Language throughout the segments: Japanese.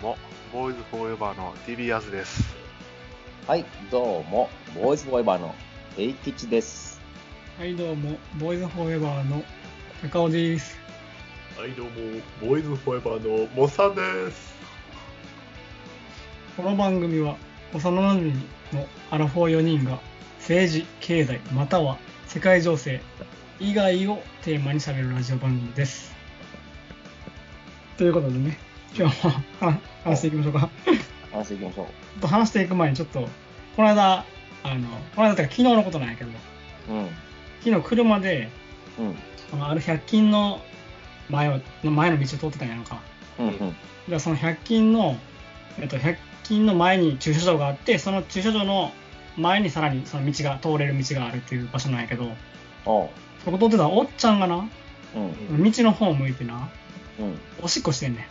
もボーイズフォーエバーの TB ヤスです。 はい、どうもボーイズフォーエバーのエイキチです。 はい、どうもボーイズフォーエバーの高尾です。 はい、どうもボーイズフォーエバーのモサです。 この番組は幼馴染のアラフォー4人が政治、経済または世界情勢以外をテーマに喋るラジオ番組です。ということでね、今日も話していきましょうか。 話していきましょう。 話していく前にちょっとこの間というか昨日のことなんやけど、昨日車で、ある100均の前の道を通ってたんやんか。でその100均の100均の前に駐車場があって、その駐車場の前にさらにその道が通れる道があるっていう場所なんやけど、そこ通ってたおっちゃんがな、道の方を向いてな、おしっこしてんねん。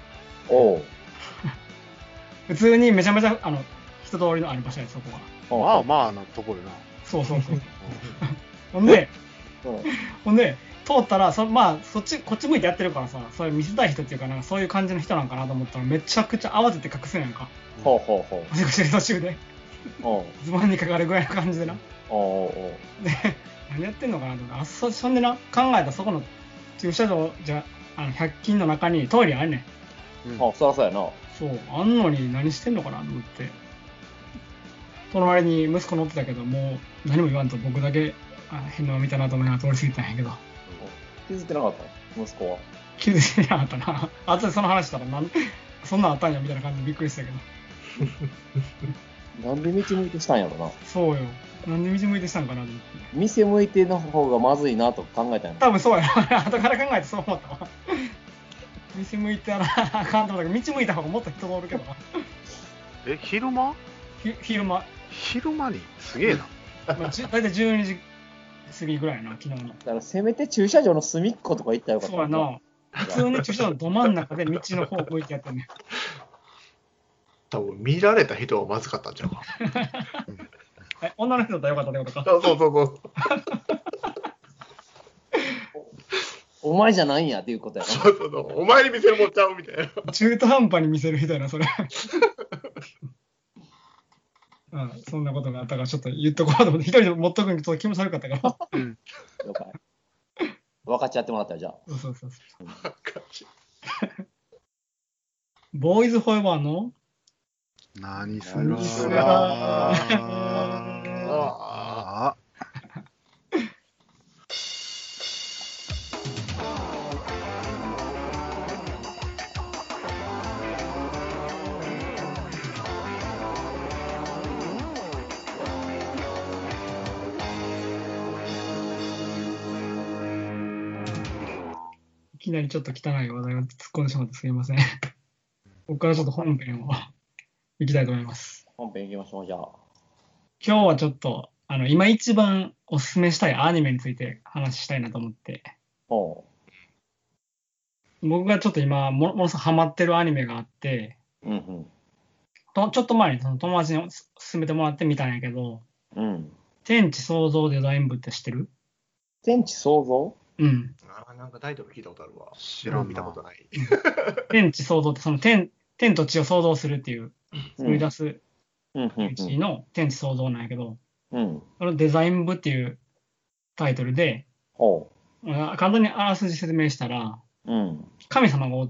普通にめちゃめちゃ人通りのある場所や、そこは。まあなとこよな。 そう。ほんで通ったらこっち向いてやってるからさ、それ見せたい人っていうかなんかそういう感じの人なんかなと思ったら、めちゃくちゃ慌てて隠すんやんか。おしっこしてる途中でズボンにかかるぐらいの感じでな。で何やってんのかなと思って、そんでな考えたら、そこの駐車場じゃ100均の中にトイレあんねん。 そらそうやな。 そう、あんのに何してんのかなと思って。隣に息子乗ってたけど、もう何も言わんと僕だけ変なの見たなと思いながら通り過ぎたんやけど。 気づいてなかった息子は。 気づいてなかったな。後でその話したらそんなんあったんやみたいな感じでびっくりしたけど。なんで道向いてしたんやろな。 そうよ。なんで道向いてしたんかなと思って。 店向いての方がまずいなと考えたんやろ。 多分そうやな。後から考えてそう思ったわ。店向いてやらあかんと思ったけど、道向いた方がもっと人通るけどな。 昼間にすげえな。 だいたい12時過ぎぐらいな、昨日の。 だからせめて駐車場の隅っことか行ったらよかった。 そうやな。普通に駐車場のど真ん中で道の方向いてやってんね。 多分見られた人はまずかったんちゃうか。 女の人だったらよかったってことか。 そうお前じゃないんやっていうことやな。 そうお前に見せるもんちゃうみたいな。 中途半端に見せる人やな、それ。そんなことがあったからちょっと言っとこうと思って、一人で持っとくのちょっと気持ち悪かったから。 了解。分かっちゃってもらったらじゃあ。 そう。ボーイズフォーエバーの何すらいきなりちょっと汚い話題を突っ込んでしまってすみません。ここからちょっと本編をいきたいと思います。 本編いきましょう、じゃあ。 今日はちょっと今一番おすすめしたいアニメについて話したいなと思って。僕がちょっと今ものすごくハマってるアニメがあって、ちょっと前にその友達に勧めてもらってみたんやけど、天地創造デザイン部って知ってる？ 天地創造？ なんかタイトル聞いたことあるわ。 知らん、見たことない。 天地創造ってその天と地を創造するっていう作り出す地の天地創造なんやけど、そのデザイン部っていうタイトルで、簡単にあらすじ説明したら、神様がおって、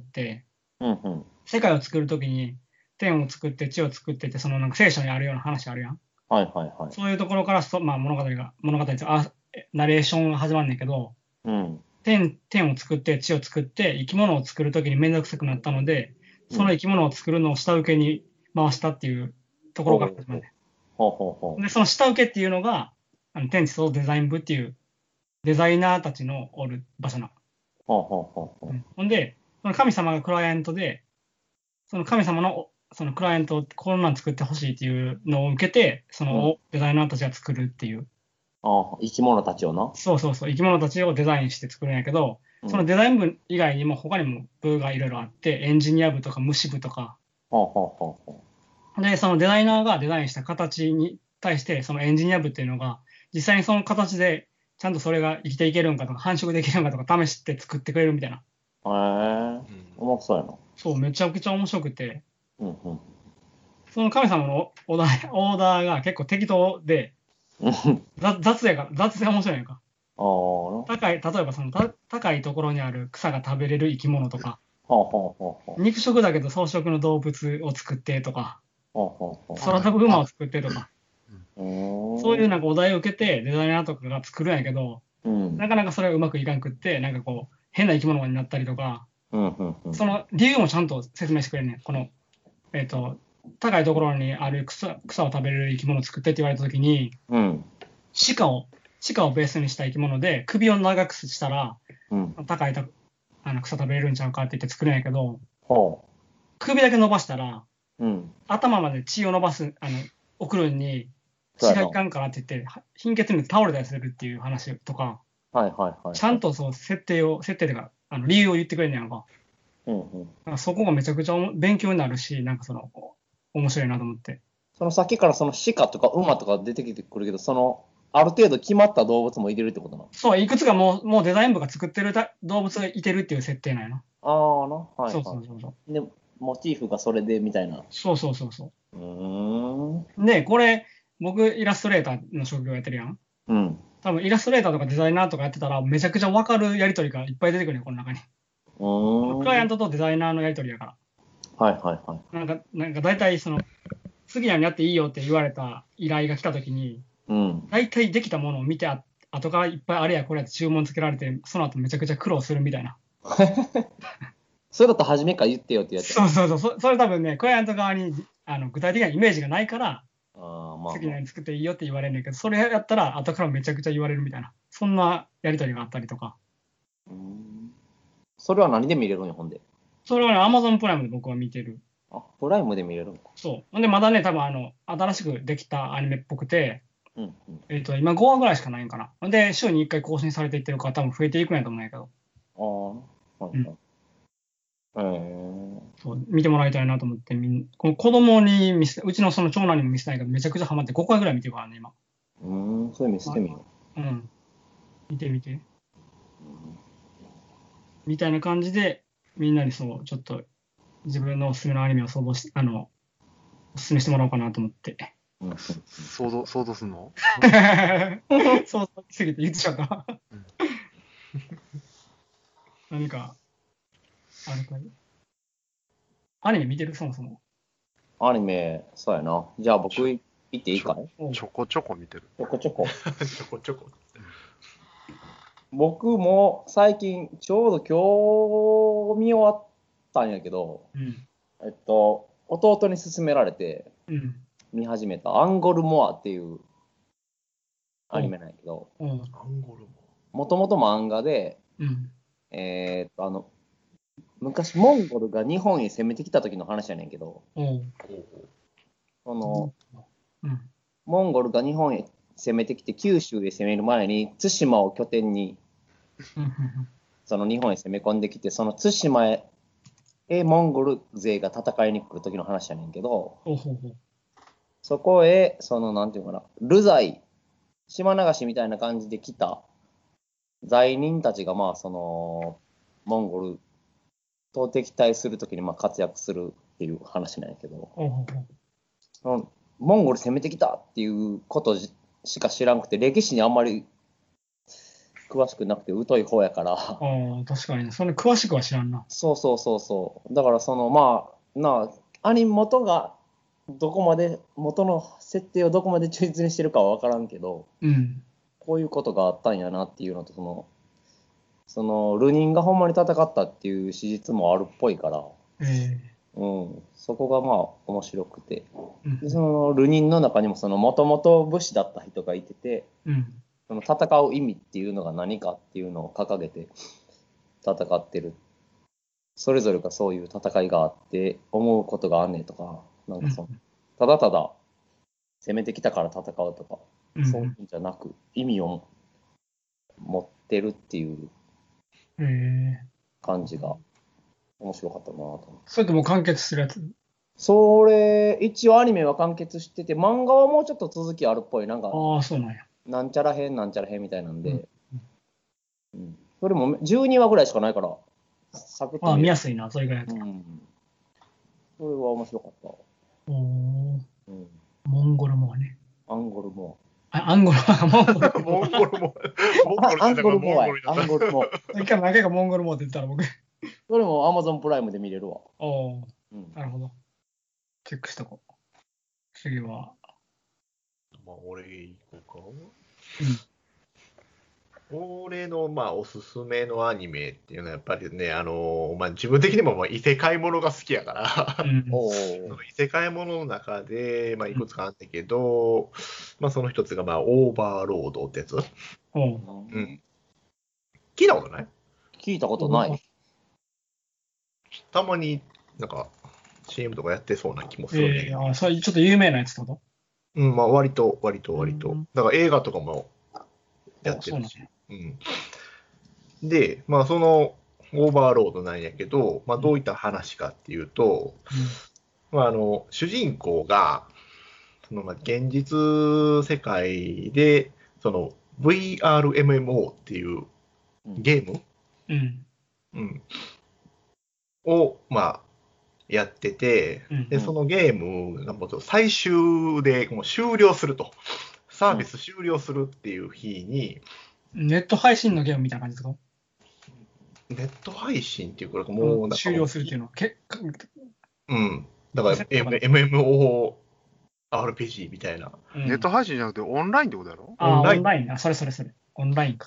世界を作るときに天を作って地を作ってって、そのなんか聖書にあるような話あるやん。そういうところから物語ナレーションが始まるんだけど、天を作って地を作って生き物を作るときにめんどくさくなったので、その生き物を作るのを下請けに回したっていうところから始まる。で、その下請けっていうのが天地創造デザイン部っていうデザイナーたちのおる場所な。ほんで、その神様がクライアントで、その神様のそのクライアントをこんなん作ってほしいっていうのを受けて、そのデザイナーたちが作るっていう。 生き物たちをな。 そう、生き物たちをデザインして作るんやけど、そのデザイン部以外にも他にも部がいろいろあって、エンジニア部とか虫部とか。で、そのデザイナーがデザインした形に対して、そのエンジニア部っていうのが、実際にその形でちゃんとそれが生きていけるんかとか、繁殖できるんかとか試して作ってくれるみたいな。 面白そうやな。 そう、めちゃくちゃ面白くて。 その神様のオーダーが結構適当で、雑やから、雑で面白いやんか。例えばその高いところにある草が食べれる生き物とか、肉食だけど草食の動物を作ってとか、空飛ぶ馬を作ってとか、そういうなんかお題を受けてデザイナーとかが作るんやけど、なかなかそれがうまくいかんくって、なんかこう、変な生き物になったりとか、その理由もちゃんと説明してくれるね。この、高いところにある草を食べれる生き物を作ってって言われたときに、鹿をベースにした生き物で、首を長くしたら、高い草食べれるんちゃうかって言って作るんやけど、首だけ伸ばしたら、頭まで血を伸ばす、送るに血がいかんからって言って、貧血に倒れたりするっていう話とか、ちゃんとそう設定というか、理由を言ってくれんねやんか。そこがめちゃくちゃ勉強になるし、なんか面白いなと思って。 そのさっきからその鹿とか馬とか出てきてくるけど、ある程度決まった動物もいてるってことなの？ そう、いくつかもうデザイン部が作ってる動物がいてるっていう設定なんやな。 そう。で、モチーフがそれでみたいな。 そう。で、これ、僕イラストレーターの職業やってるやん。多分イラストレーターとかデザイナーとかやってたら、めちゃくちゃ分かるやりとりがいっぱい出てくるよ、この中に。クライアントとデザイナーのやりとりやから。なんか大体次やっていいよって言われた依頼が来たときに、大体できたものを見て、後からいっぱいあれやこれやって注文つけられて、その後めちゃくちゃ苦労するみたいな。 それだと初めから言ってよってやつ。 それ多分ね、クライアント側に具体的なイメージがないから、次に作っていいよって言われるんだけど、それやったら後からめちゃくちゃ言われるみたいな、そんなやりとりがあったりとか。 それは何で見れるんや、ほんで。 それはね、Amazon プライムで僕は見てる。 プライムで見れるんか。 そう。ほんで、まだね、多分新しくできたアニメっぽくて、今5話ぐらいしかないんかな。ほんで、週に1回更新されていってるから多分増えていくんやと思うんやけど。そう見てもらいたいなと思って、この子供にうちのその長男にも見せないけど、めちゃくちゃハマって5回ぐらい見てるからね、今。 それ見せてみよう。見て。みたいな感じで、みんなにちょっと自分のおすすめのアニメをおすすめしてもらおうかなと思って。 想像すんの？ 想像しすぎて言ってしまった。何かあるかい？アニメ見てる？そもそも。 アニメ、そうやな。じゃあ僕行っていいかい？ ちょこちょこ見てる。 ちょこちょこ。 僕も最近、ちょうど今日見終わったんやけど、弟に勧められて見始めたアンゴルモアっていうアニメなんやけど、もともと漫画で、昔モンゴルが日本へ攻めてきた時の話やねんけど、モンゴルが日本へ攻めてきて九州へ攻める前に対馬を拠点にその日本へ攻め込んできて、その対馬へモンゴル勢が戦いに来る時の話やねんけど、そこへなんていうかな、流罪、島流しみたいな感じで来た罪人たちがモンゴルと敵対する時に活躍するっていう話なんやけど、モンゴル攻めてきたっていうことしか知らんくて、歴史にあんまり詳しくなくて疎い方やから。 確かにね、それ詳しくは知らんな。 そう。だからアニメ元の設定をどこまで忠実にしてるかは分からんけど、こういうことがあったんやなっていうのと、流人がほんまに戦ったっていう史実もあるっぽいから、そこが面白くて、その流人の中にももともと武士だった人がいてて、その戦う意味っていうのが何かっていうのを掲げて戦ってる。それぞれがそういう戦いがあって思うことがあんねんとか、ただただ攻めてきたから戦うとか、そういうんじゃなく意味を持ってるっていう感じが面白かったなと思って。 それとも完結するやつ？ それ一応アニメは完結してて、漫画はもうちょっと続きあるっぽい。 そうなんや。 なんちゃら編みたいなんで、それも12話ぐらいしかないから、 見やすいな、それぐらいだと。 それは面白かった。 おー。うん、モンゴルモアね。 アンゴルモア。アンゴルモア。 モンゴルモア。モンゴルモア。 アンゴルモア。アンゴルモア。 一回何回かモンゴルモアって言ったら僕。 それも Amazon プライムで見れるわ。 おー。なるほど。チェックしとこう。次は。 まあ、俺行こうか。俺の、まあ、おすすめのアニメっていうのはやっぱりね、まあ、自分的にもまあ異世界ものが好きやから、その異世界ものの中で、まあ、いくつかあったけど、まあ、その一つが、まあ、オーバーロードってやつ。聞いたことない？ 聞いたことない。 たまになんか CM とかやってそうな気もするね。 それちょっと有名なやつってこと？ まあ割と。だから映画とかもやってるし。で、まあそのオーバーロードなんやけど、まあどういった話かっていうと、まあ主人公が、そのまあ現実世界で、その VRMMO っていうゲーム、を、まあ、やってて、で、そのゲームがもう最終でもう終了すると。サービス終了するっていう日に。 ネット配信のゲームみたいな感じですか？ ネット配信っていうか、もう終了するっていうのは、 だから、MMORPG みたいな。 ネット配信じゃなくてオンラインってことやろ？ オンライン。それ。オンラインか。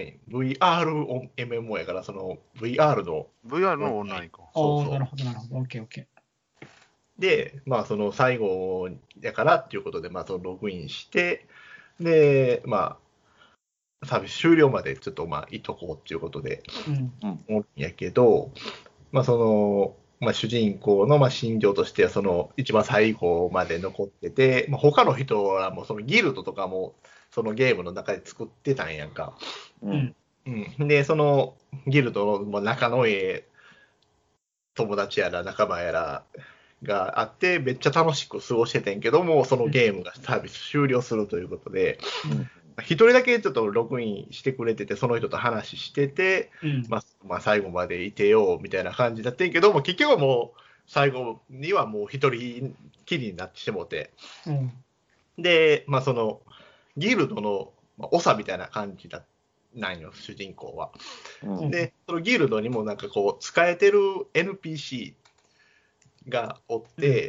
VR MMO やから、その VR のオンラインか。 なるほど。オッケー。 で、まあ、その最後やからっていうことで、まあ、そのログインして、で、まあ、サービス終了までちょっと、まあ、いとこうっていうことで、やけど、まあ、その、まあ、主人公のまあ心情としては、その、一番最後まで残ってて、まあ、他の人らも、そのギルドとかも、そのゲームの中で作ってたんやんか。で、そのギルドの仲の友達やら仲間やらがあって、めっちゃ楽しく過ごしててんけども、そのゲームがサービス終了するということで、一人だけちょっとログインしてくれてて、その人と話してて、まあ最後までいてよみたいな感じだったんやけども、結局はもう最後にはもう一人きりになってしもて、で、まあそのギルドの長みたいな感じなんよ、主人公は。で、そのギルドにもなんかこう、使えてる NPC がおって、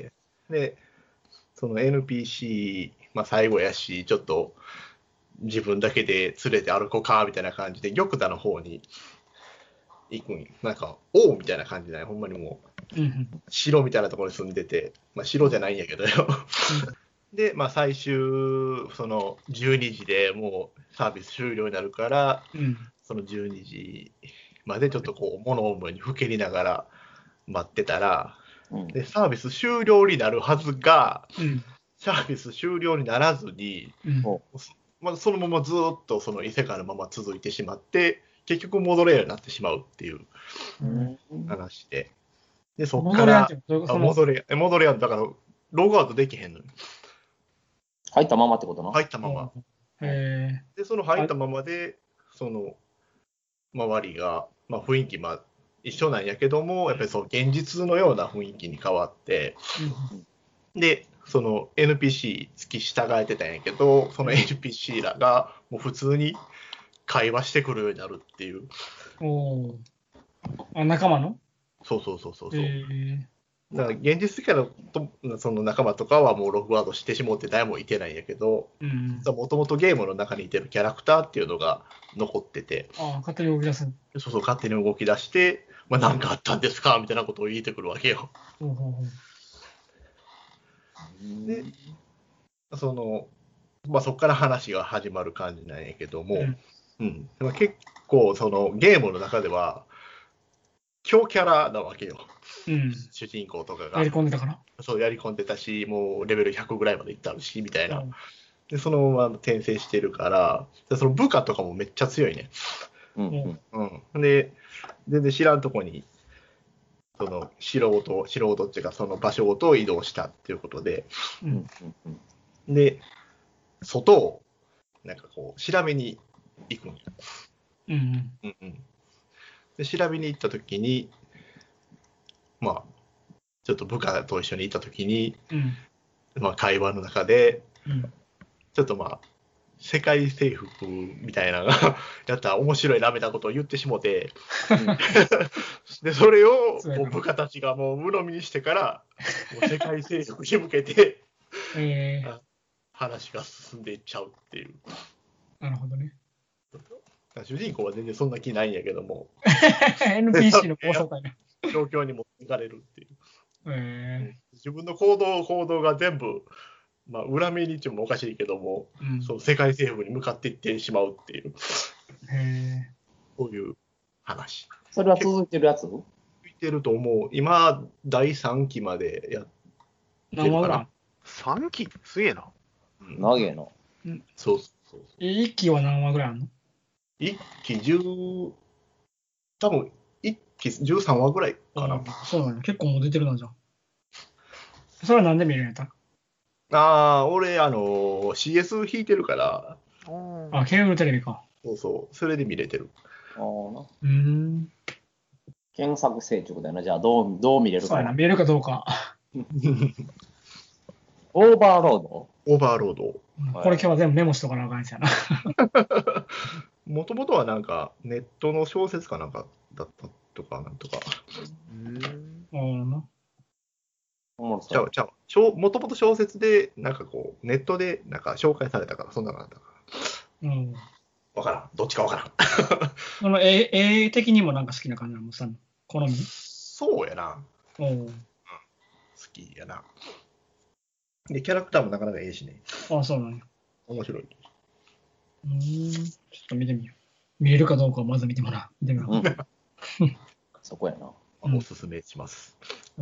で、その NPC、まあ最後やし、ちょっと自分だけで連れて歩こうか、みたいな感じで、玉座の方に行くん。なんか、王みたいな感じだよ、ほんまにもう。城みたいなところに住んでて、まあ城じゃないんやけどよ。で、まあ、最終、その12時でもうサービス終了になるから、その12時までちょっとこう物思いにふけりながら待ってたら、でサービス終了になるはずが、サービス終了にならずに、まあ、そのままずっとその異世界のまま続いてしまって、結局戻れるようになってしまうっていう話で。で、そっから、戻れやん、だからログアウトできへんのよ。 入ったままってことな。 入ったまま。で、その入ったままで、その周りが、まあ、雰囲気、まあ、一緒なんやけども、やっぱりその現実のような雰囲気に変わって、で、その NPC 付き従えてたんやけど、その NPC らがもう普通に会話してくるようになるっていう。 仲間の？ そう。だから現実世界のその仲間とかはもうログアウトしてしもって誰もいてないんやけど、もともとゲームの中にいてるキャラクターっていうのが残ってて、 勝手に動き出す。 そう、勝手に動き出して、まあ、何かあったんですかみたいなことを言ってくるわけよ。で、その、まあ、そこから話が始まる感じなんやけども、結構そのゲームの中では強キャラなわけよ。主人公とかが。 やり込んでたから。 そう、やり込んでたし、もうレベル100ぐらいまでいったし、みたいな。で、そのまま転生してるから、その部下とかもめっちゃ強いね。で、全然知らんとこに、その素人っていうか、その場所ごと移動したっていうことで、で、外を、なんかこう、調べに行くんよ。で、調べに行ったときに、まあ、 ちょっと部下と一緒にいたときに、 うん、 まあ、会話の中で、 うん、 ちょっとまあ、世界征服みたいなのがやったら面白いなみたいなことを言ってしもて、でそれをもう部下たちがもう鵜呑みにしてから、もう世界征服に向けて、話が進んでいっちゃうっていう。 なるほどね。 主人公は全然そんな気ないんやけども、 NPC の構想会ね。 状況に持っていかれるっていう。自分の行動が全部、まあ、裏目に言ってもおかしいけども、その世界征服に向かっていってしまうっていう、そういう話。 それは続いてるやつ？ 続いてると思う。今、第3期までやってるかな。 3期すげえな。 長えな。 そう。 1期は何話ぐらいあるの ？1期10、多分1期13話ぐらいかな。 そうだね。結構もう出てるな、じゃん。それは何で見るんやった？ 俺、CS 引いてるから。 ケーブルテレビか。 そう。それで見れてる。 検索成長だよな。じゃあ、どう見れるか。 そうやな、見れるかどうか。 オーバーロード。 これ今日は全部メモしとかなあかんしやな。 もともとはなんか、ネットの小説かなんかだったとか、なんとか。もともと小説で、なんかこう、ネットでなんか紹介されたから、そんなのだったから。わからん。どっちかわからん。 この絵的にもなんか好きな感じなのさ、好み？ そうやな。好きやな。で、キャラクターもなかなかええしね。 そうなんや。 面白い。 ちょっと見てみよう。見れるかどうかをまず見てもらう。 そこやな。 おすすめします。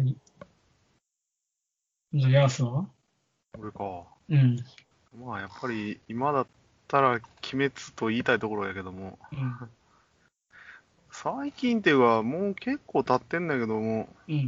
じゃあ、ヤースは？ 俺か。 まあ、やっぱり今だったら鬼滅と言いたいところやけども、最近っていうか、もう結構経ってんだけども、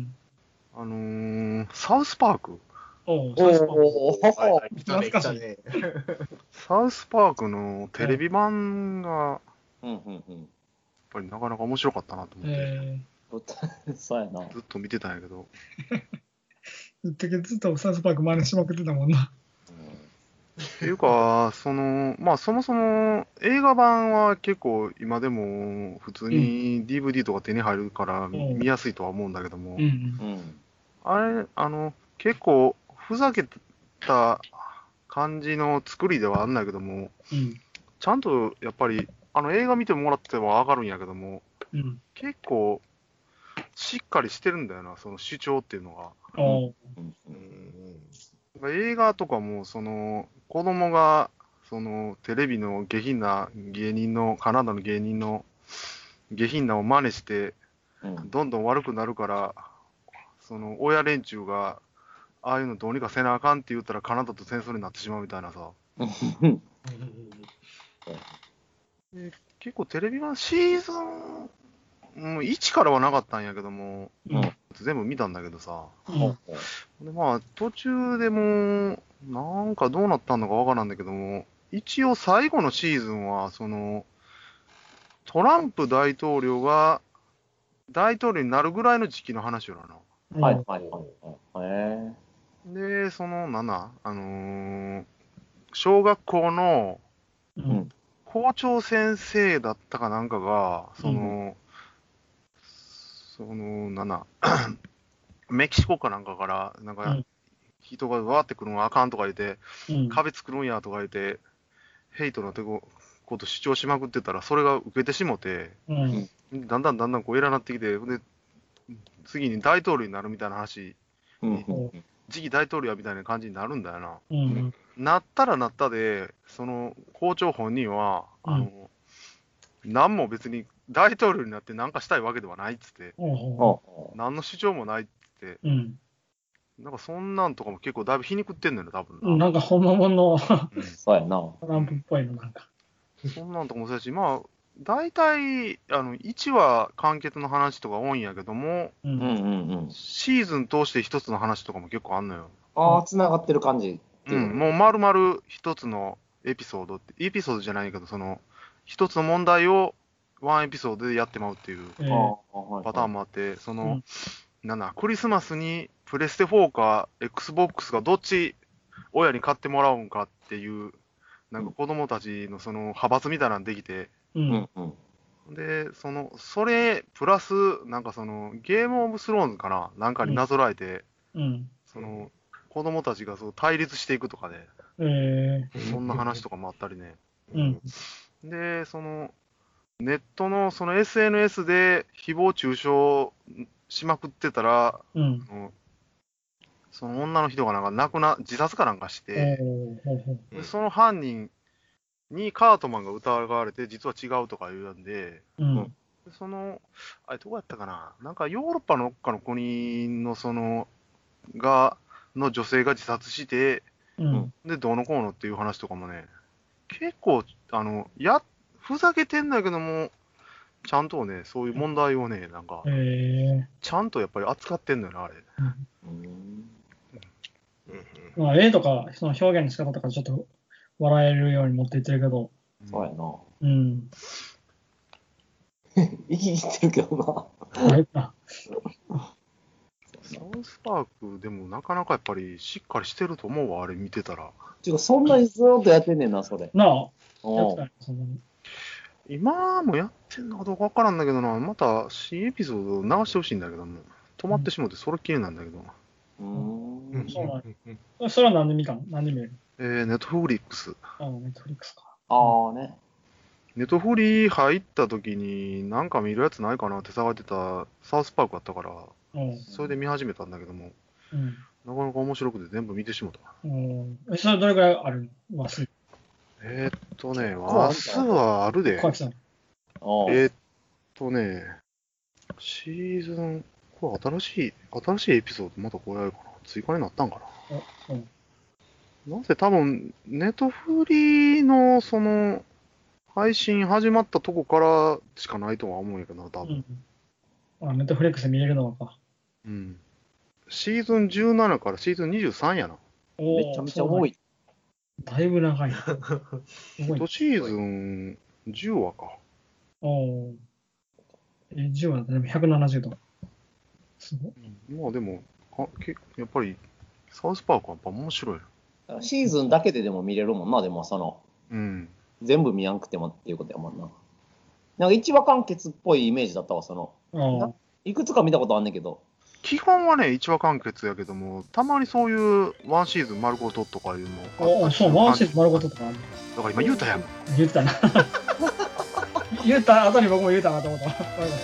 サウスパーク。 懐かしい。 サウスパークのテレビ版が、やっぱりなかなか面白かったなと思って。 そうやな。 ずっと見てたんやけど。 ずっとサウスパーク真似しまくってたもんな。 っていうか、そもそも映画版は結構今でも普通に DVD とか手に入るから見やすいとは思うんだけども、あれ、結構ふざけた感じの作りではあんないけども、ちゃんとやっぱり映画見てもらってもわかるんやけども、結構しっかりしてるんだよな、その主張っていうのが。映画とかも子供がテレビの下品な芸人のカナダの芸人の下品なを真似してどんどん悪くなるから、親連中がああいうのどうにかせなあかんって言ったらカナダと戦争になってしまうみたいなさ。結構テレビ版シーズン1からはなかったんやけども、全部見たんだけどさ、でまあ途中でもなんかどうなったのかわからんだけども、一応最後のシーズンはトランプ大統領が大統領になるぐらいの時期の話よな。で小学校の校長先生だったかなんかがメキシコかなんかからなんか人がわーってくるのがあかんとか言って、壁作るんやとか言って、ヘイトのこと主張しまくってたら、それが受けてしもて、だんだんこう偉なってきて、で次に大統領になるみたいな話に、次期大統領みたいな感じになるんだよな。なったらなったで、その校長本人は、何も別に大統領になって何かしたいわけではないっつって、何の主張もないっつって、なんかそんなんとかも結構だいぶ皮肉ってんのよ、多分なんか本物のそうやな。 トランプっぽいのなんか。 そんなんとかもそうやし、まあ、大体、1話完結の話とか多いんやけども、シーズン通して一つの話とかも結構あんのよ。 繋がってる感じ。 もう丸々一つのエピソードじゃないけど、一つの問題をワンエピソードでやってまうっていうパターンもあって、 クリスマスにプレステ4か Xbox がどっち親に買ってもらうんかっていう、なんか子供たちのその派閥みたいなのできて、 うんで、それプラス、なんかゲームオブスローンズかな、なんかになぞらえて、子供たちがそう対立していくとかね、そんな話とかもあったりね。で、ネットのSNS で誹謗中傷しまくってたら、その女の人がなんか自殺かなんかして、でその犯人にカートマンが疑われて、実は違うとか言うんで、あれどこやったかな、なんかヨーロッパのどっかの国のの女性が自殺して、で、どうのこうのっていう話とかもね、結構、ふざけてんだけども、ちゃんとね、そういう問題をね、なんか、ちゃんとやっぱり扱ってんのよな、あれ。 まあ、絵とか、その表現の仕方とかちょっと笑えるように持っていってるけど。 そうやな。生きてるけどな。 サウスパークでもなかなかやっぱりしっかりしてると思うわ、あれ見てたら。 そんなにずっとやってんねんな、それ。 なあ。 今もやってんのかどうかわからんだけどな、また新エピソード流してほしいんだけども、止まってしもてそれっきりなんだけど。 そうなんや。それは何で見たの？何で見る？ ネットフリックス。 ネットフリックスか。 ね。 ネットフリ入った時になんか見るやつないかなって探してたサウスパークあったから、それで見始めたんだけども、なかなか面白くて全部見てしもた。 それどれくらいあるの？ 話数はあるで。シーズン、これ新しいエピソードまたこれあるかな、追加になったんかな。なぜ多分、ネットフリの配信始まったとこからしかないとは思うんやけどな、多分。 ネットフリックスで見れるのか。 シーズン17からシーズン23やな。 めちゃめちゃ多い。 だいぶ長い。 1シーズン10話か。 10話だと170度。すごい。 まあでも、やっぱり、サウスパークはやっぱ面白い。 シーズンだけででも見れるもんな、でも全部見やんくてもっていうことやもんな。なんか一話完結っぽいイメージだったわ、いくつか見たことあんねんけど。 基本はね、1話完結やけども、たまにそういうワンシーズン丸ごととかいうのそう、ワンシーズン丸ごととかある。 だから今言うたやん。 言ったな。言った後に僕も言うたなと思った。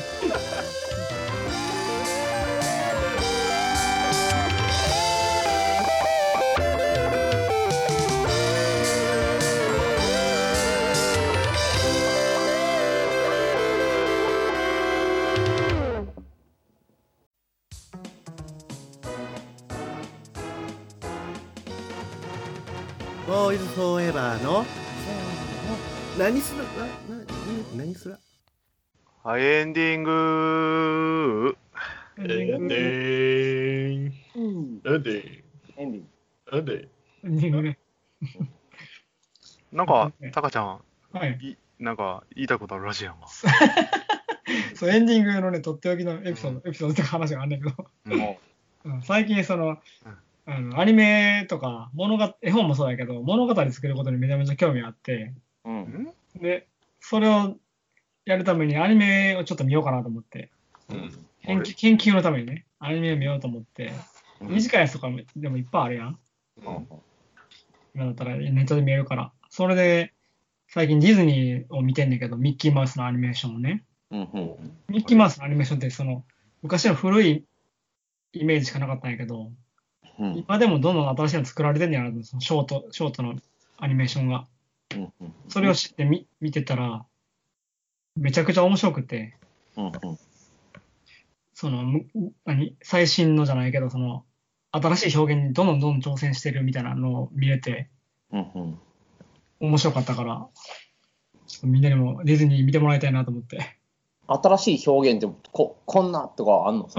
ボーイズフォーエバーの何するはい、エンディングなんか、タカちゃん、なんか言いたいことあるらしいやんか。 そう、エンディングのね、とっておきのエピソードって話があんねんけど、最近アニメとか絵本もそうやけど、物語作ることにめちゃめちゃ興味あって、で、それをやるためにアニメをちょっと見ようかなと思って、研究のためにね、アニメを見ようと思って、短いやつとかでもいっぱいあるやん。今だったらネットで見えるから。それで、最近ディズニーを見てんねんけど、ミッキーマウスのアニメーションをね。ミッキーマウスのアニメーションって昔の古いイメージしかなかったんやけど、今でもどんどん新しいの作られてんねやな、ショートのアニメーションが。それを知って見てたら、めちゃくちゃ面白くて、最新のじゃないけど、新しい表現にどんどん挑戦してるみたいなのを見れて、面白かったから、ちょっとみんなにもディズニー見てもらいたいなと思って。 新しい表現ってこんなとかあんの？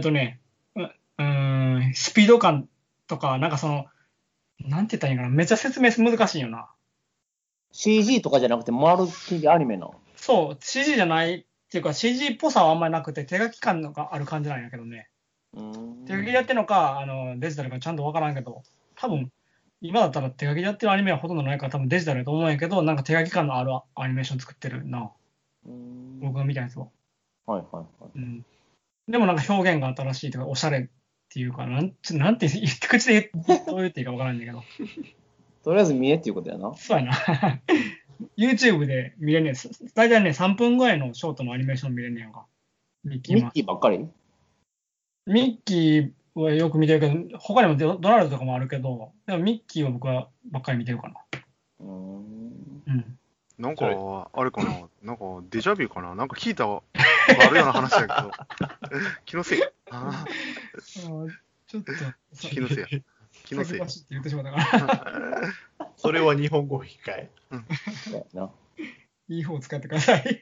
スピード感とか、なんて言ったらいいかな、めっちゃ説明難しいよな。 CG とかじゃなくて、まるっきりアニメなの？ そう、CG じゃないっていうか、CG っぽさはあんまりなくて、手書き感がある感じなんやけどね。 手書きでやってるのか、デジタルかちゃんとわからんけど、多分、今だったら手書きでやってるアニメはほとんどないから、多分デジタルだと思うんやけど、なんか手書き感のあるアニメーション作ってるな。僕が見たやつは。 はいはいはい。 でもなんか表現が新しいとか、おしゃれっていうか、なんて言って、口でどう言っていいかわからんんだけど。 とりあえず見えっていうことやな。 そうやな。YouTube で見れんねん。大体ね、3分ぐらいのショートのアニメーション見れんねんか。 ミッキーばっかり？ ミッキーはよく見てるけど、他にもドナルドとかもあるけど、でもミッキーは僕はばっかり見てるかな。 なんか、あれかな、なんかデジャビューかな、なんか聞いたあるような話だけど、気のせい。 ちょっと、 気のせいや。気のせい。 って言ってしまったから。 それは日本語吹き替え。 いい方を使ってください。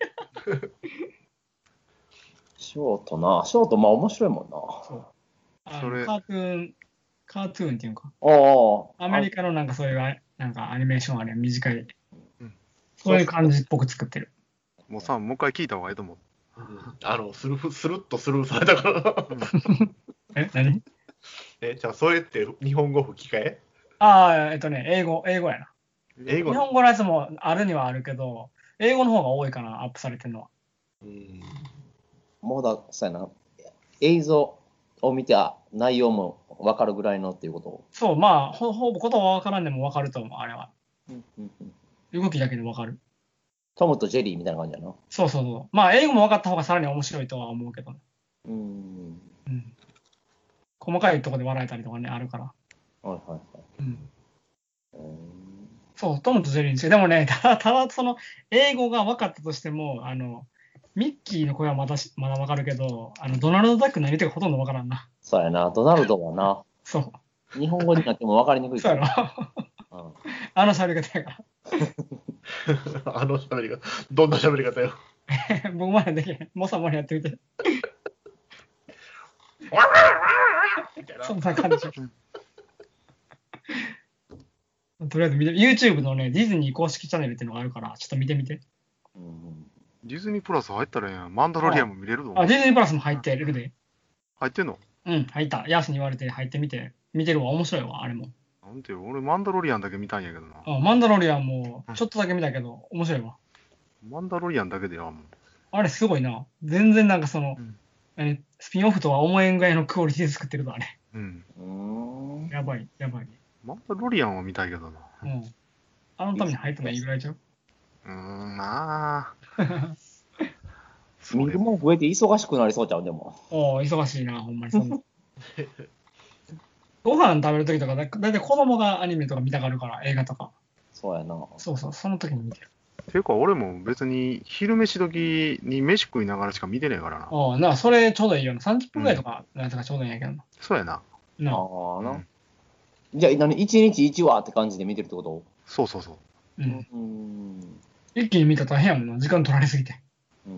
ショート、まあ面白いもんな。 そう。カートゥーンっていうか。アメリカのなんかそういうなんかアニメーションあれ短い。そういう感じっぽく作ってる。 もう一回聞いた方がいいと思う。 スルッとスルーされたから。 何？ じゃあそれって日本語吹き替え？ 英語やな。日本語のやつもあるにはあるけど、英語の方が多いかな、アップされてるのは。 もうそうやな。映像を見て内容も分かるぐらいのっていうこと。 そう、まあ、ほぼ言葉は分からんでも分かると思う、あれは。動きだけで分かる。 トムとジェリーみたいな感じやな。 そう。まあ、英語も分かった方がさらに面白いとは思うけどね。細かいところで笑えたりとかね、あるから。そう、トムとジェリーにして。でもね、ただその、英語が分かったとしても、ミッキーの声はまだ分かるけど、ドナルド・ダック何言ってるかほとんど分からんな。 そうやな、ドナルドはな。 そう。 日本語になっても分かりにくいから。そうやろ。喋り方やから。 喋り方。どんな喋り方よ。 僕までできへん。モサモリやってみて。そんな感じ。とりあえず見て、YouTube のね、ディズニー公式チャンネルっていうのがあるから、ちょっと見てみて。 ディズニープラス入ったらやん。マンダロリアンも見れるの？ ディズニープラスも入ってるで。 入ってんの？ 入った。ヤースに言われて入ってみて。見てるわ。面白いわ、あれも。 なんて俺マンダロリアンだけ見たんやけどな。 マンダロリアンもちょっとだけ見たけど、面白いわ。 マンダロリアンだけでもう。 あれすごいな。全然なんかその、スピンオフとは思えんぐらいのクオリティで作ってるぞ、あれ。やばい。 マンダロリアンは見たいけどな。 あのために入ってもいいぐらいちゃう？ なあ。 見るもん増えて忙しくなりそうちゃう、でも。 忙しいな、ほんまにそんな。ご飯食べるときとか、だいたい子供がアニメとか見たがるから、映画とか。 そうやな。 その時に見てる。 ていうか、俺も別に昼飯時に飯食いながらしか見てねえからな。それちょうどいいよな。30分ぐらいとかのやつがちょうどいいんやけどな。 そうやな。 じゃあ、1日1話って感じで見てるってこと？ そう。 一気に見たら大変やもんな。時間取られすぎて。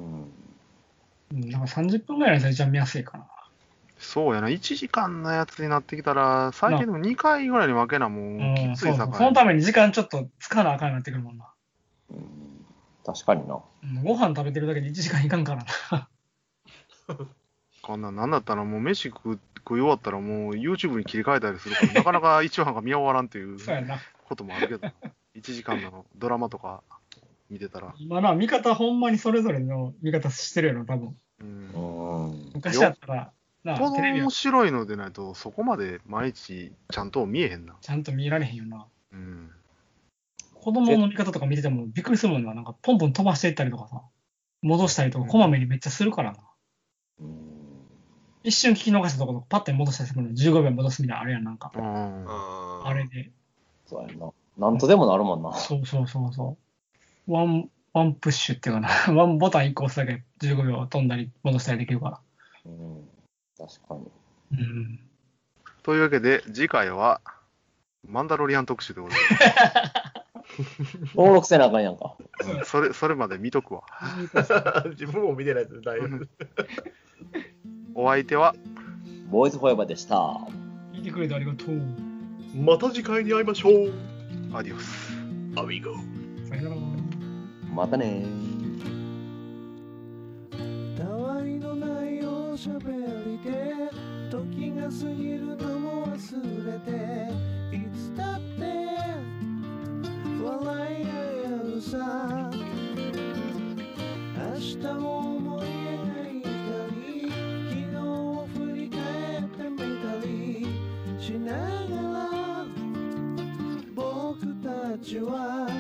なんか30分ぐらいのやつが一番見やすいかな。 そうやな。1時間のやつになってきたら、最近でも2回ぐらいに分けな、もうきついさか。 そのために時間ちょっと使わなあかんようになってくるもんな。 確かにな。 ご飯食べてるだけで1時間いかんからな。 こんなんだったらもう飯食い終わったらもう YouTube に切り替えたりするから、なかなか1話が見終わらんっていうこともあるけど、1時間のドラマとか見てたら。 見方ほんまにそれぞれの見方してるよな、多分。昔だったら、 テレビ面白いのでないと、そこまで毎日ちゃんと見えへんな。 ちゃんと見られへんよな。子供の見方とか見ててもびっくりするもんな。なんかポンポン飛ばしていったりとかさ、戻したりとかこまめにめっちゃするからな。一瞬聞き逃したところパッて戻したりするのに15秒戻すみたいなあれやん、なんか。あれで。 そうやな。なんとでもなるもんな。 そう。ワンプッシュっていうかな。ワンボタン1個押すだけ15秒飛んだり戻したりできるから。 確かに。 というわけで、次回は、マンダロリアン特集でございます。登録せなあかんやんか。 それまで見とくわ。 自分も見てないです、だいぶ。 お相手は、 ボーイズフォーエバーでした。 聞いてくれてありがとう。 また次回に会いましょう。 アディオス。 アミゴ。 さよなら。 またね。 たわいのないおしゃべりで時過ぎるのも忘れていつだって笑い合うさ明日を思い描いたり昨日を振り返ってみたりしながら僕たちは